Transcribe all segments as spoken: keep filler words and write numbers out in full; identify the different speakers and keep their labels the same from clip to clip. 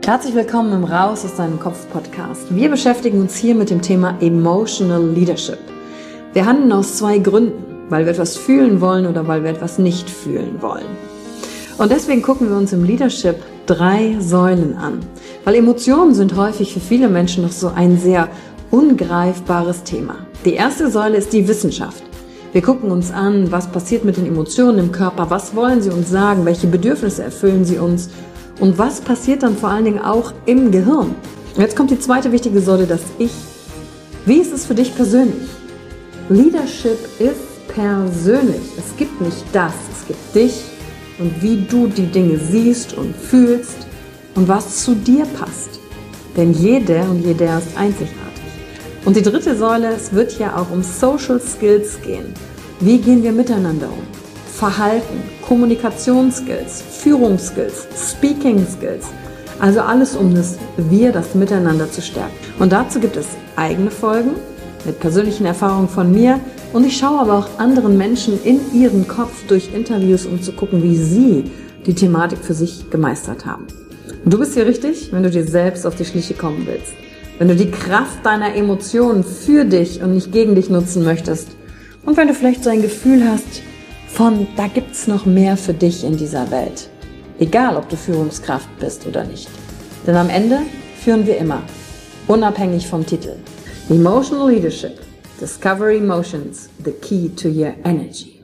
Speaker 1: Herzlich willkommen im Raus aus deinem Kopf Podcast. Wir beschäftigen uns hier mit dem Thema Emotional Leadership. Wir handeln aus zwei Gründen, weil wir etwas fühlen wollen oder weil wir etwas nicht fühlen wollen. Und deswegen gucken wir uns im Leadership drei Säulen an, weil Emotionen sind häufig für viele Menschen noch so ein sehr ungreifbares Thema. Die erste Säule ist die Wissenschaft. Wir gucken uns an, was passiert mit den Emotionen im Körper, was wollen sie uns sagen, welche Bedürfnisse erfüllen sie uns und was passiert dann vor allen Dingen auch im Gehirn. Und jetzt kommt die zweite wichtige Säule, das Ich. Wie ist es für dich persönlich? Leadership ist persönlich. Es gibt nicht das, es gibt dich und wie du die Dinge siehst und fühlst und was zu dir passt. Denn jede und jeder ist einzigartig. Und die dritte Säule, es wird ja auch um Social Skills gehen. Wie gehen wir miteinander um? Verhalten, Kommunikationsskills, Führungsskills, Speaking Skills. Also alles um das Wir, das Miteinander zu stärken. Und dazu gibt es eigene Folgen mit persönlichen Erfahrungen von mir. Und ich schaue aber auch anderen Menschen in ihren Kopf durch Interviews, um zu gucken, wie sie die Thematik für sich gemeistert haben. Und du bist hier richtig, wenn du dir selbst auf die Schliche kommen willst. Wenn du die Kraft deiner Emotionen für dich und nicht gegen dich nutzen möchtest. Und wenn du vielleicht so ein Gefühl hast von, da gibt's noch mehr für dich in dieser Welt. Egal, ob du Führungskraft bist oder nicht. Denn am Ende führen wir immer, unabhängig vom Titel. Emotional Leadership. Discover Emotions, the key to your energy.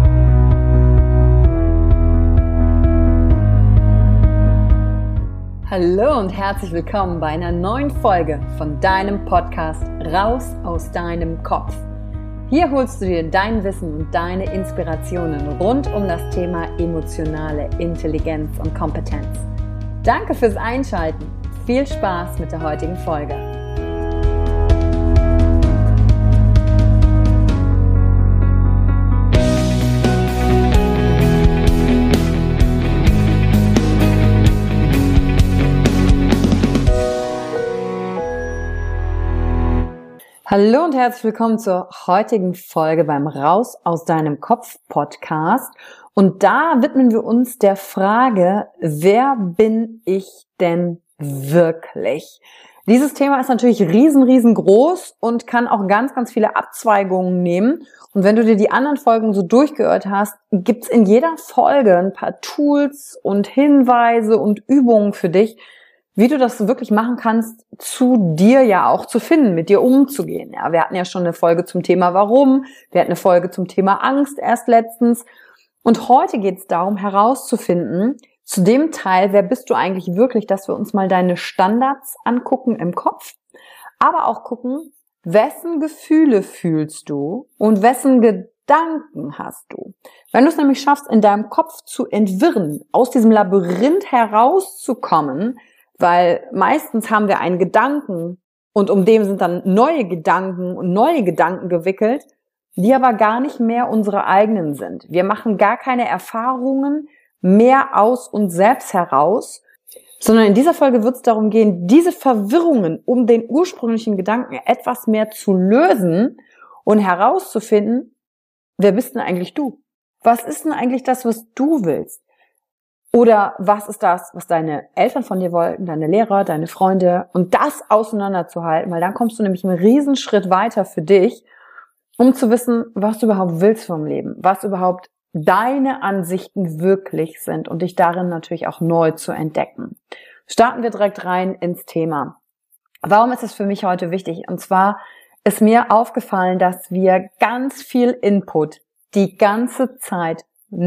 Speaker 1: Hallo und herzlich willkommen bei einer neuen Folge von deinem Podcast Raus aus deinem Kopf. Hier holst du dir dein Wissen und deine Inspirationen rund um das Thema emotionale Intelligenz und Kompetenz. Danke fürs Einschalten. Viel Spaß mit der heutigen Folge. Hallo und herzlich willkommen zur heutigen Folge beim Raus aus deinem Kopf Podcast. Und da widmen wir uns der Frage, wer bin ich denn wirklich? Dieses Thema ist natürlich riesen, riesengroß und kann auch ganz, ganz viele Abzweigungen nehmen. Und wenn du dir die anderen Folgen so durchgehört hast, gibt's in jeder Folge ein paar Tools und Hinweise und Übungen für dich, wie du das wirklich machen kannst, zu dir ja auch zu finden, mit dir umzugehen. Ja, wir hatten ja schon eine Folge zum Thema Warum, wir hatten eine Folge zum Thema Angst erst letztens. Und heute geht es darum, herauszufinden, zu dem Teil, wer bist du eigentlich wirklich, dass wir uns mal deine Standards angucken im Kopf, aber auch gucken, wessen Gefühle fühlst du und wessen Gedanken hast du. Wenn du es nämlich schaffst, in deinem Kopf zu entwirren, aus diesem Labyrinth herauszukommen, weil meistens haben wir einen Gedanken und um dem sind dann neue Gedanken und neue Gedanken gewickelt, die aber gar nicht mehr unsere eigenen sind. Wir machen gar keine Erfahrungen mehr aus uns selbst heraus, sondern in dieser Folge wird es darum gehen, diese Verwirrungen um den ursprünglichen Gedanken etwas mehr zu lösen und herauszufinden, wer bist denn eigentlich du? Was ist denn eigentlich das, was du willst? Oder was ist das, was deine Eltern von dir wollten, deine Lehrer, deine Freunde, und das auseinanderzuhalten, weil dann kommst du nämlich einen Riesenschritt weiter für dich, um zu wissen, was du überhaupt willst vom Leben, was überhaupt deine Ansichten wirklich sind und dich darin natürlich auch neu zu entdecken. Starten wir direkt rein ins Thema. Warum ist es für mich heute wichtig? Und zwar ist mir aufgefallen, dass wir ganz viel Input die ganze Zeit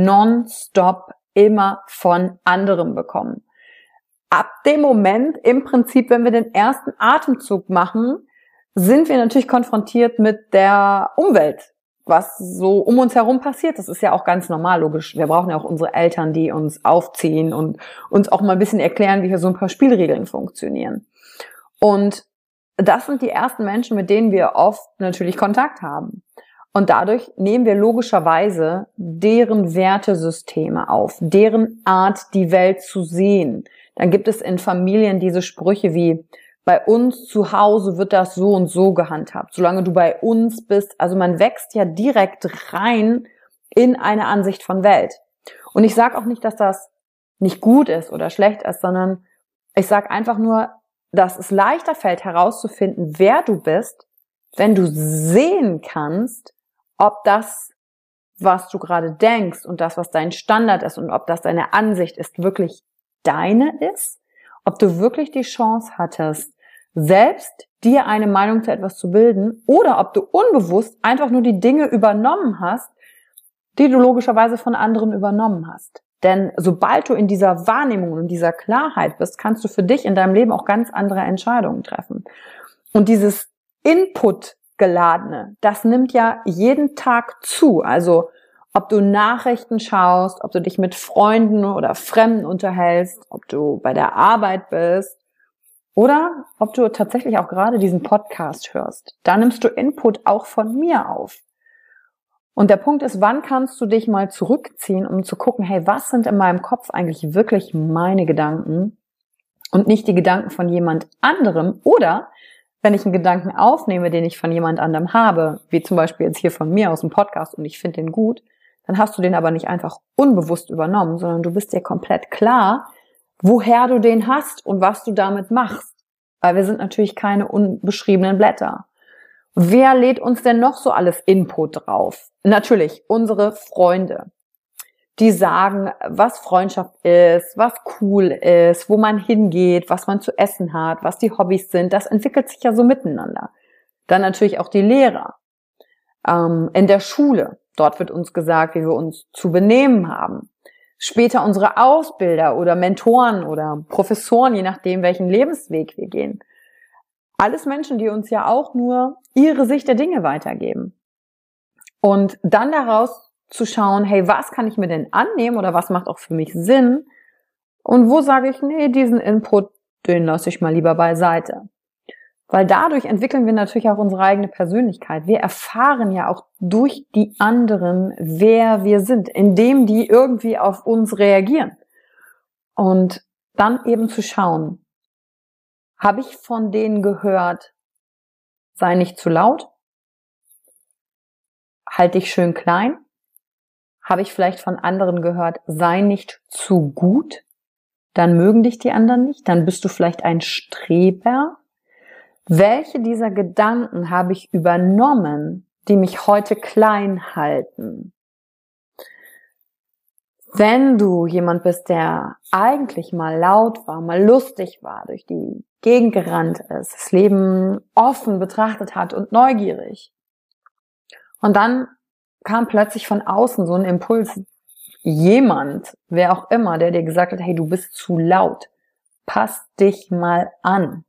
Speaker 1: nonstop immer von anderem bekommen. Ab dem Moment, im Prinzip, wenn wir den ersten Atemzug machen, sind wir natürlich konfrontiert mit der Umwelt, was so um uns herum passiert. Das ist ja auch ganz normal, logisch. Wir brauchen ja auch unsere Eltern, die uns aufziehen und uns auch mal ein bisschen erklären, wie hier so ein paar Spielregeln funktionieren. Und das sind die ersten Menschen, mit denen wir oft natürlich Kontakt haben. Und dadurch nehmen wir logischerweise deren Wertesysteme auf, deren Art, die Welt zu sehen. Dann gibt es in Familien diese Sprüche wie, bei uns zu Hause wird das so und so gehandhabt, solange du bei uns bist. Also man wächst ja direkt rein in eine Ansicht von Welt. Und ich sage auch nicht, dass das nicht gut ist oder schlecht ist, sondern Ich sage einfach nur, dass es leichter fällt, herauszufinden, wer du bist, wenn du sehen kannst, ob das, was du gerade denkst und das, was dein Standard ist und ob das deine Ansicht ist, wirklich deine ist, ob du wirklich die Chance hattest, selbst dir eine Meinung zu etwas zu bilden oder ob du unbewusst einfach nur die Dinge übernommen hast, die du logischerweise von anderen übernommen hast. Denn sobald du in dieser Wahrnehmung und dieser Klarheit bist, kannst du für dich in deinem Leben auch ganz andere Entscheidungen treffen. Und dieses Input-geladene, das nimmt ja jeden Tag zu. Also ob du Nachrichten schaust, ob du dich mit Freunden oder Fremden unterhältst, ob du bei der Arbeit bist oder ob du tatsächlich auch gerade diesen Podcast hörst. Da nimmst du Input auch von mir auf. Und der Punkt ist, wann kannst du dich mal zurückziehen, um zu gucken, hey, was sind in meinem Kopf eigentlich wirklich meine Gedanken und nicht die Gedanken von jemand anderem? Oder wenn ich einen Gedanken aufnehme, den ich von jemand anderem habe, wie zum Beispiel jetzt hier von mir aus dem Podcast und ich finde den gut, dann hast du den aber nicht einfach unbewusst übernommen, sondern du bist dir komplett klar, woher du den hast und was du damit machst. Weil wir sind natürlich keine unbeschriebenen Blätter. Wer lädt uns denn noch so alles Input drauf? Natürlich unsere Freunde, die sagen, was Freundschaft ist, was cool ist, wo man hingeht, was man zu essen hat, was die Hobbys sind. Das entwickelt sich ja so miteinander. Dann natürlich auch die Lehrer. Ähm, in der Schule, dort wird uns gesagt, wie wir uns zu benehmen haben. Später unsere Ausbilder oder Mentoren oder Professoren, je nachdem, welchen Lebensweg wir gehen. Alles Menschen, die uns ja auch nur ihre Sicht der Dinge weitergeben. Und dann daraus zu schauen, hey, was kann ich mir denn annehmen oder was macht auch für mich Sinn? Und wo sage ich, nee, diesen Input, den lasse ich mal lieber beiseite. Weil dadurch entwickeln wir natürlich auch unsere eigene Persönlichkeit. Wir erfahren ja auch durch die anderen, wer wir sind, indem die irgendwie auf uns reagieren. Und dann eben zu schauen, habe ich von denen gehört, sei nicht zu laut, halt dich schön klein? Habe ich vielleicht von anderen gehört, sei nicht zu gut, dann mögen dich die anderen nicht, dann bist du vielleicht ein Streber. Welche dieser Gedanken habe ich übernommen, die mich heute klein halten? Wenn du jemand bist, der eigentlich mal laut war, mal lustig war, durch die Gegend gerannt ist, das Leben offen betrachtet hat und neugierig, und dann kam plötzlich von außen so ein Impuls, jemand, wer auch immer, der dir gesagt hat, hey, du bist zu laut, pass dich mal an.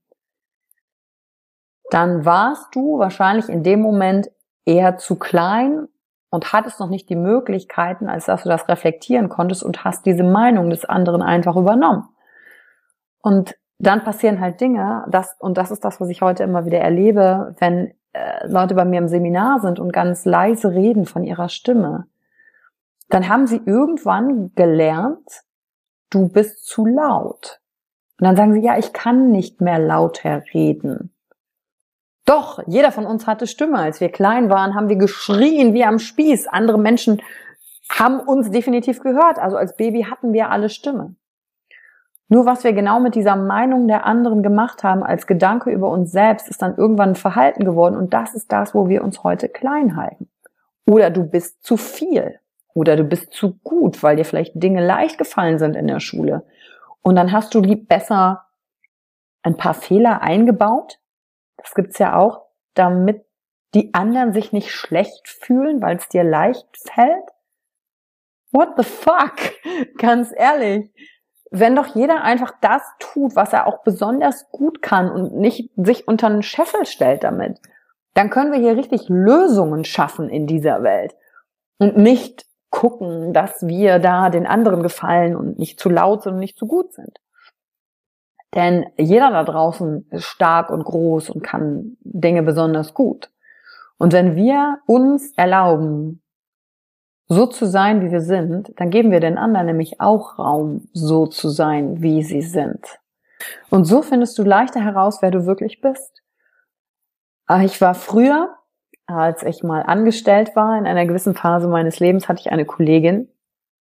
Speaker 1: Dann warst du wahrscheinlich in dem Moment eher zu klein und hattest noch nicht die Möglichkeiten, als dass du das reflektieren konntest und hast diese Meinung des anderen einfach übernommen. Und dann passieren halt Dinge, das, und das ist das, was ich heute immer wieder erlebe, wenn äh, Leute bei mir im Seminar sind und ganz leise reden von ihrer Stimme. Dann haben sie irgendwann gelernt, du bist zu laut. Und dann sagen sie, ja, ich kann nicht mehr lauter reden. Doch, jeder von uns hatte Stimme. Als wir klein waren, haben wir geschrien wie am Spieß. Andere Menschen haben uns definitiv gehört. Also als Baby hatten wir alle Stimme. Nur was wir genau mit dieser Meinung der anderen gemacht haben, als Gedanke über uns selbst, ist dann irgendwann ein Verhalten geworden. Und das ist das, wo wir uns heute klein halten. Oder du bist zu viel. Oder du bist zu gut, weil dir vielleicht Dinge leicht gefallen sind in der Schule. Und dann hast du lieb besser ein paar Fehler eingebaut. Das gibt's ja auch, damit die anderen sich nicht schlecht fühlen, weil es dir leicht fällt. What the fuck? Ganz ehrlich. Wenn doch jeder einfach das tut, was er auch besonders gut kann und nicht sich unter einen Scheffel stellt damit, dann können wir hier richtig Lösungen schaffen in dieser Welt. Und nicht gucken, dass wir da den anderen gefallen und nicht zu laut sind und nicht zu gut sind. Denn jeder da draußen ist stark und groß und kann Dinge besonders gut. Und wenn wir uns erlauben, so zu sein, wie wir sind, dann geben wir den anderen nämlich auch Raum, so zu sein, wie sie sind. Und so findest du leichter heraus, wer du wirklich bist. Ich war früher, als ich mal angestellt war, in einer gewissen Phase meines Lebens hatte ich eine Kollegin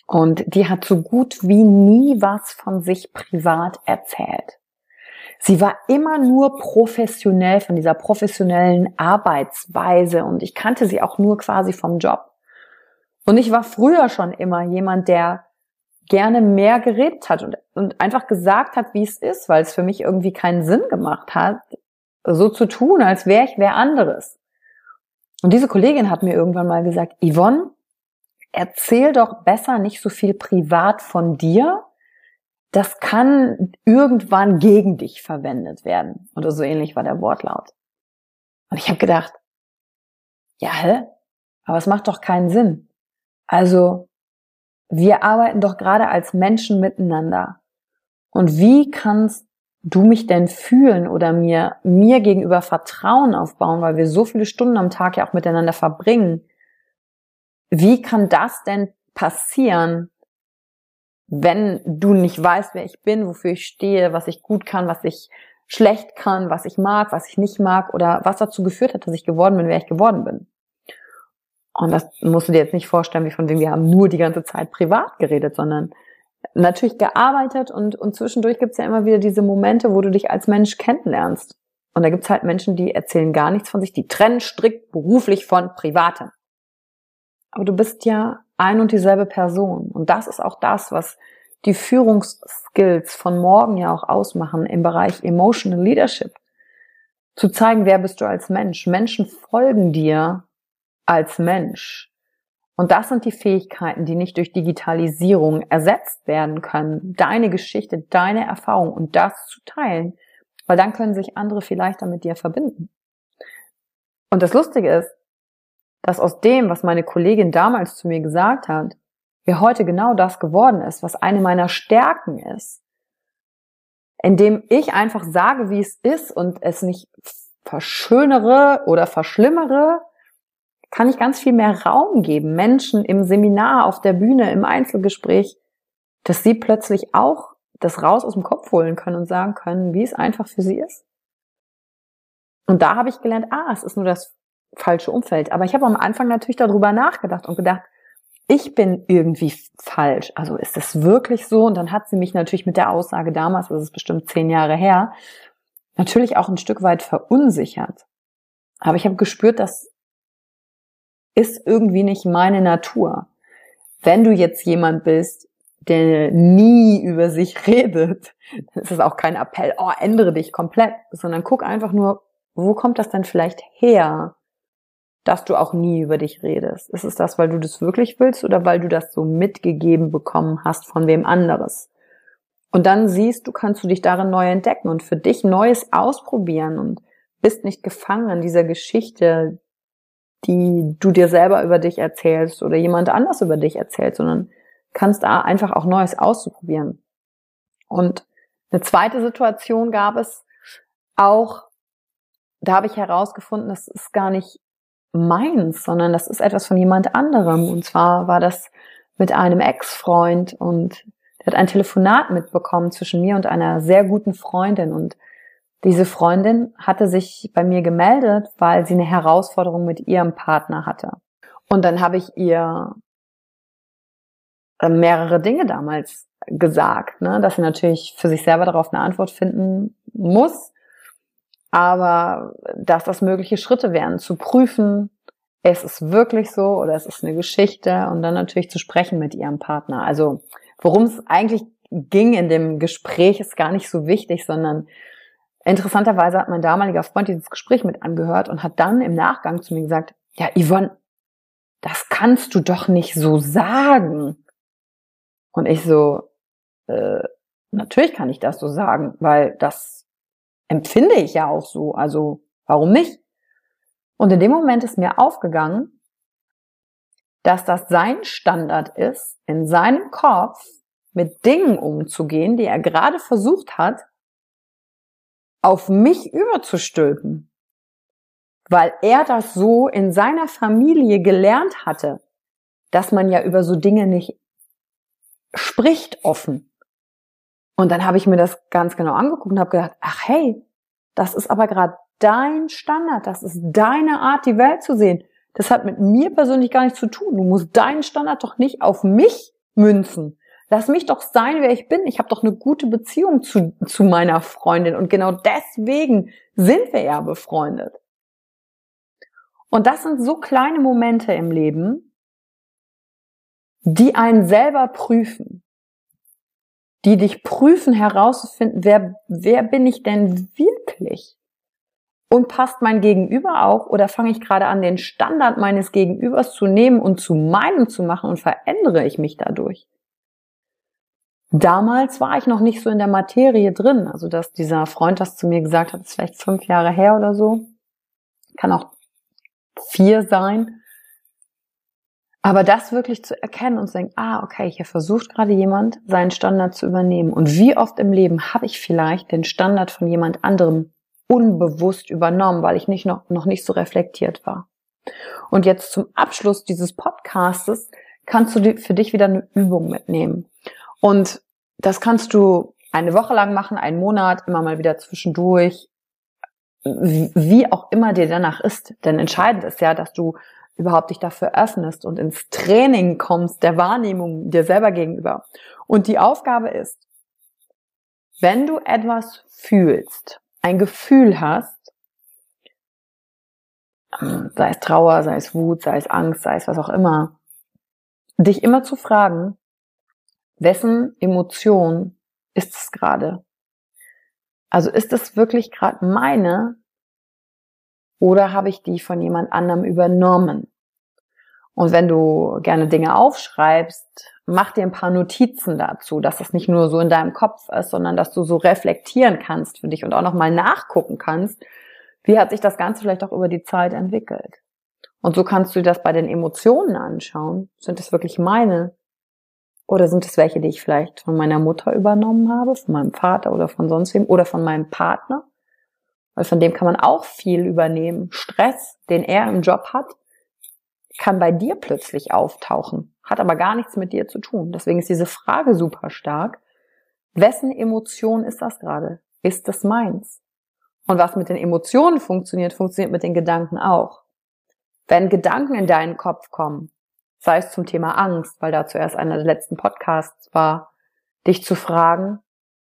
Speaker 1: Und die hat so gut wie nie was von sich privat erzählt. Sie war immer nur professionell, von dieser professionellen Arbeitsweise, und ich kannte sie auch nur quasi vom Job. Und ich war früher schon immer jemand, der gerne mehr geredet hat und, und einfach gesagt hat, wie es ist, weil es für mich irgendwie keinen Sinn gemacht hat, so zu tun, als wäre ich wer anderes. Und diese Kollegin hat mir irgendwann mal gesagt, Yvonne, erzähl doch besser nicht so viel privat von dir. Das kann irgendwann gegen dich verwendet werden. Oder so ähnlich war der Wortlaut. Und ich habe gedacht, ja, hä? Aber es macht doch keinen Sinn. Also, wir arbeiten doch gerade als Menschen miteinander. Und wie kannst du mich denn fühlen oder mir, mir gegenüber Vertrauen aufbauen, weil wir so viele Stunden am Tag ja auch miteinander verbringen? Wie kann das denn passieren, wenn du nicht weißt, wer ich bin, wofür ich stehe, was ich gut kann, was ich schlecht kann, was ich mag, was ich nicht mag oder was dazu geführt hat, dass ich geworden bin, wer ich geworden bin? Und das musst du dir jetzt nicht vorstellen, wie von wegen wir haben nur die ganze Zeit privat geredet, sondern natürlich gearbeitet, und, und zwischendurch gibt's ja immer wieder diese Momente, wo du dich als Mensch kennenlernst. Und da gibt's halt Menschen, die erzählen gar nichts von sich, die trennen strikt beruflich von Privatem. Aber du bist ja ein und dieselbe Person. Und das ist auch das, was die Führungsskills von morgen ja auch ausmachen im Bereich Emotional Leadership. Zu zeigen, wer bist du als Mensch. Menschen folgen dir als Mensch. Und das sind die Fähigkeiten, die nicht durch Digitalisierung ersetzt werden können. Deine Geschichte, deine Erfahrung und das zu teilen. Weil dann können sich andere viel leichter mit dir verbinden. Und das Lustige ist, dass aus dem, was meine Kollegin damals zu mir gesagt hat, ja heute genau das geworden ist, was eine meiner Stärken ist. Indem ich einfach sage, wie es ist und es nicht verschönere oder verschlimmere, kann ich ganz viel mehr Raum geben, Menschen im Seminar, auf der Bühne, im Einzelgespräch, dass sie plötzlich auch das raus aus dem Kopf holen können und sagen können, wie es einfach für sie ist. Und da habe ich gelernt, ah, es ist nur das falsche Umfeld. Aber ich habe am Anfang natürlich darüber nachgedacht und gedacht, ich bin irgendwie falsch. Also ist das wirklich so? Und dann hat sie mich natürlich mit der Aussage damals, das ist bestimmt zehn Jahre her, natürlich auch ein Stück weit verunsichert. Aber ich habe gespürt, das ist irgendwie nicht meine Natur. Wenn du jetzt jemand bist, der nie über sich redet, dann ist es auch kein Appell, oh, ändere dich komplett, sondern guck einfach nur, wo kommt das denn vielleicht her, dass du auch nie über dich redest? Ist es das, weil du das wirklich willst oder weil du das so mitgegeben bekommen hast von wem anderes? Und dann siehst du, kannst du dich darin neu entdecken und für dich Neues ausprobieren und bist nicht gefangen an dieser Geschichte, die du dir selber über dich erzählst oder jemand anders über dich erzählt, sondern kannst da einfach auch Neues auszuprobieren. Und eine zweite Situation gab es auch, da habe ich herausgefunden, das ist gar nicht meins, sondern das ist etwas von jemand anderem. Und zwar war das mit einem Ex-Freund und der hat ein Telefonat mitbekommen zwischen mir und einer sehr guten Freundin. Und diese Freundin hatte sich bei mir gemeldet, weil sie eine Herausforderung mit ihrem Partner hatte. Und dann habe ich ihr mehrere Dinge damals gesagt, ne, dass sie natürlich für sich selber darauf eine Antwort finden muss, aber dass das mögliche Schritte wären, zu prüfen, es ist wirklich so oder es ist eine Geschichte, und dann natürlich zu sprechen mit ihrem Partner. Also worum es eigentlich ging in dem Gespräch, ist gar nicht so wichtig, sondern interessanterweise hat mein damaliger Freund dieses Gespräch mit angehört und hat dann im Nachgang zu mir gesagt, ja, Yvonne, das kannst du doch nicht so sagen. Und ich so, äh, natürlich kann ich das so sagen, weil das empfinde ich ja auch so, also warum nicht? Und in dem Moment ist mir aufgegangen, dass das sein Standard ist, in seinem Kopf mit Dingen umzugehen, die er gerade versucht hat, auf mich überzustülpen, weil er das so in seiner Familie gelernt hatte, dass man ja über so Dinge nicht spricht offen. Und dann habe ich mir das ganz genau angeguckt und habe gedacht, ach hey, das ist aber gerade dein Standard, das ist deine Art, die Welt zu sehen. Das hat mit mir persönlich gar nichts zu tun. Du musst deinen Standard doch nicht auf mich münzen. Lass mich doch sein, wer ich bin. Ich habe doch eine gute Beziehung zu, zu meiner Freundin und genau deswegen sind wir ja befreundet. Und das sind so kleine Momente im Leben, die einen selber prüfen, die dich prüfen, herauszufinden, wer, wer bin ich denn wirklich? Und passt mein Gegenüber auch oder fange ich gerade an, den Standard meines Gegenübers zu nehmen und zu meinem zu machen und verändere ich mich dadurch? Damals war ich noch nicht so in der Materie drin, also dass dieser Freund das zu mir gesagt hat, ist vielleicht fünf Jahre her oder so, kann auch vier sein, aber das wirklich zu erkennen und zu denken, ah, okay, hier versucht gerade jemand, seinen Standard zu übernehmen und wie oft im Leben habe ich vielleicht den Standard von jemand anderem unbewusst übernommen, weil ich nicht noch, noch nicht so reflektiert war. Und jetzt zum Abschluss dieses Podcastes kannst du für dich wieder eine Übung mitnehmen. Und das kannst du eine Woche lang machen, einen Monat, immer mal wieder zwischendurch, wie auch immer dir danach ist. Denn entscheidend ist ja, dass du überhaupt dich dafür öffnest und ins Training kommst der Wahrnehmung dir selber gegenüber. Und die Aufgabe ist, wenn du etwas fühlst, ein Gefühl hast, sei es Trauer, sei es Wut, sei es Angst, sei es was auch immer, dich immer zu fragen, wessen Emotion ist es gerade? Also ist es wirklich gerade meine oder habe ich die von jemand anderem übernommen? Und wenn du gerne Dinge aufschreibst, mach dir ein paar Notizen dazu, dass das nicht nur so in deinem Kopf ist, sondern dass du so reflektieren kannst für dich und auch nochmal nachgucken kannst, wie hat sich das Ganze vielleicht auch über die Zeit entwickelt. Und so kannst du das bei den Emotionen anschauen. Sind es wirklich meine? Oder sind es welche, die ich vielleicht von meiner Mutter übernommen habe, von meinem Vater oder von sonst wem oder von meinem Partner? Weil von dem kann man auch viel übernehmen. Stress, den er im Job hat, kann bei dir plötzlich auftauchen, hat aber gar nichts mit dir zu tun. Deswegen ist diese Frage super stark. Wessen Emotion ist das gerade? Ist das meins? Und was mit den Emotionen funktioniert, funktioniert mit den Gedanken auch. Wenn Gedanken in deinen Kopf kommen, sei es zum Thema Angst, weil da zuerst einer der letzten Podcasts war, dich zu fragen,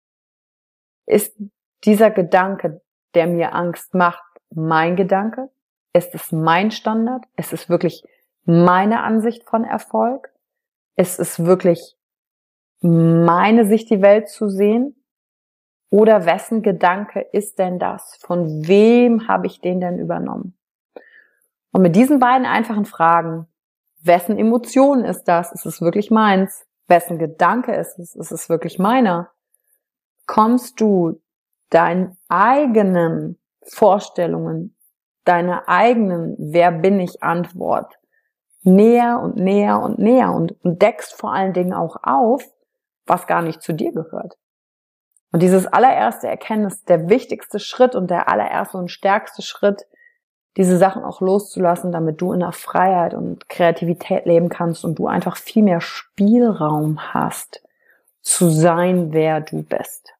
Speaker 1: ist dieser Gedanke, der mir Angst macht, mein Gedanke? Ist es mein Standard? Ist es wirklich meine Ansicht von Erfolg? Ist es wirklich meine Sicht, die Welt zu sehen? Oder wessen Gedanke ist denn das? Von wem habe ich den denn übernommen? Und mit diesen beiden einfachen Fragen, wessen Emotion ist das? Ist es wirklich meins? Wessen Gedanke ist es? Ist es wirklich meiner? Kommst du deinen eigenen Vorstellungen, deiner eigenen Wer bin ich Antwort näher und näher und näher und, und deckst vor allen Dingen auch auf, was gar nicht zu dir gehört. Und dieses allererste Erkenntnis, der wichtigste Schritt und der allererste und stärkste Schritt, diese Sachen auch loszulassen, damit du in der Freiheit und Kreativität leben kannst und du einfach viel mehr Spielraum hast, zu sein, wer du bist.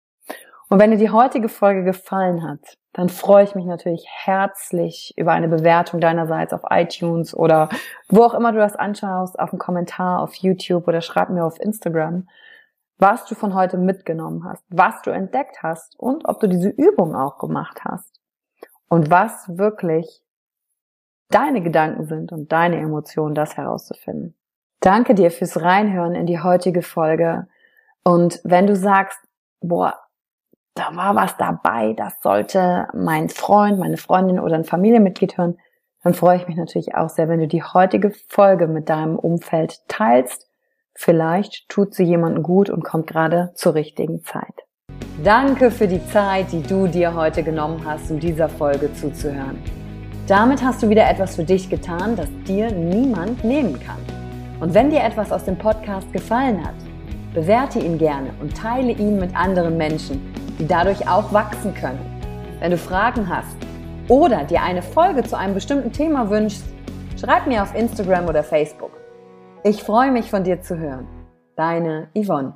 Speaker 1: Und wenn dir die heutige Folge gefallen hat, dann freue ich mich natürlich herzlich über eine Bewertung deinerseits auf iTunes oder wo auch immer du das anschaust, auf einen Kommentar auf YouTube oder schreib mir auf Instagram, was du von heute mitgenommen hast, was du entdeckt hast und ob du diese Übung auch gemacht hast und was wirklich deine Gedanken sind und deine Emotionen, das herauszufinden. Danke dir fürs Reinhören in die heutige Folge und wenn du sagst, boah, da war was dabei, das sollte mein Freund, meine Freundin oder ein Familienmitglied hören, dann freue ich mich natürlich auch sehr, wenn du die heutige Folge mit deinem Umfeld teilst. Vielleicht tut sie jemandem gut und kommt gerade zur richtigen Zeit. Danke für die Zeit, die du dir heute genommen hast, um dieser Folge zuzuhören. Damit hast du wieder etwas für dich getan, das dir niemand nehmen kann. Und wenn dir etwas aus dem Podcast gefallen hat, bewerte ihn gerne und teile ihn mit anderen Menschen, die dadurch auch wachsen können. Wenn du Fragen hast oder dir eine Folge zu einem bestimmten Thema wünschst, schreib mir auf Instagram oder Facebook. Ich freue mich, von dir zu hören. Deine Yvonne.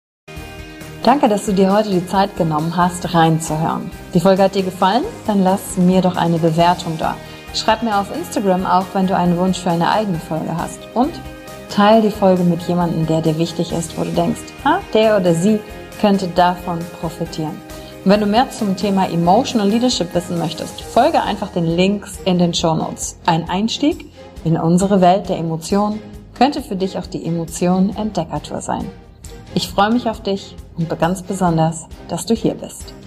Speaker 1: Danke, dass du dir heute die Zeit genommen hast, reinzuhören. Die Folge hat dir gefallen? Dann lass mir doch eine Bewertung da. Schreib mir auf Instagram auch, wenn du einen Wunsch für eine eigene Folge hast. Und Teil die Folge mit jemandem, der dir wichtig ist, wo du denkst, ha, der oder sie könnte davon profitieren. Und wenn du mehr zum Thema Emotional Leadership wissen möchtest, folge einfach den Links in den Shownotes. Ein Einstieg in unsere Welt der Emotionen könnte für dich auch die Emotionen Entdeckertour sein. Ich freue mich auf dich und ganz besonders, dass du hier bist.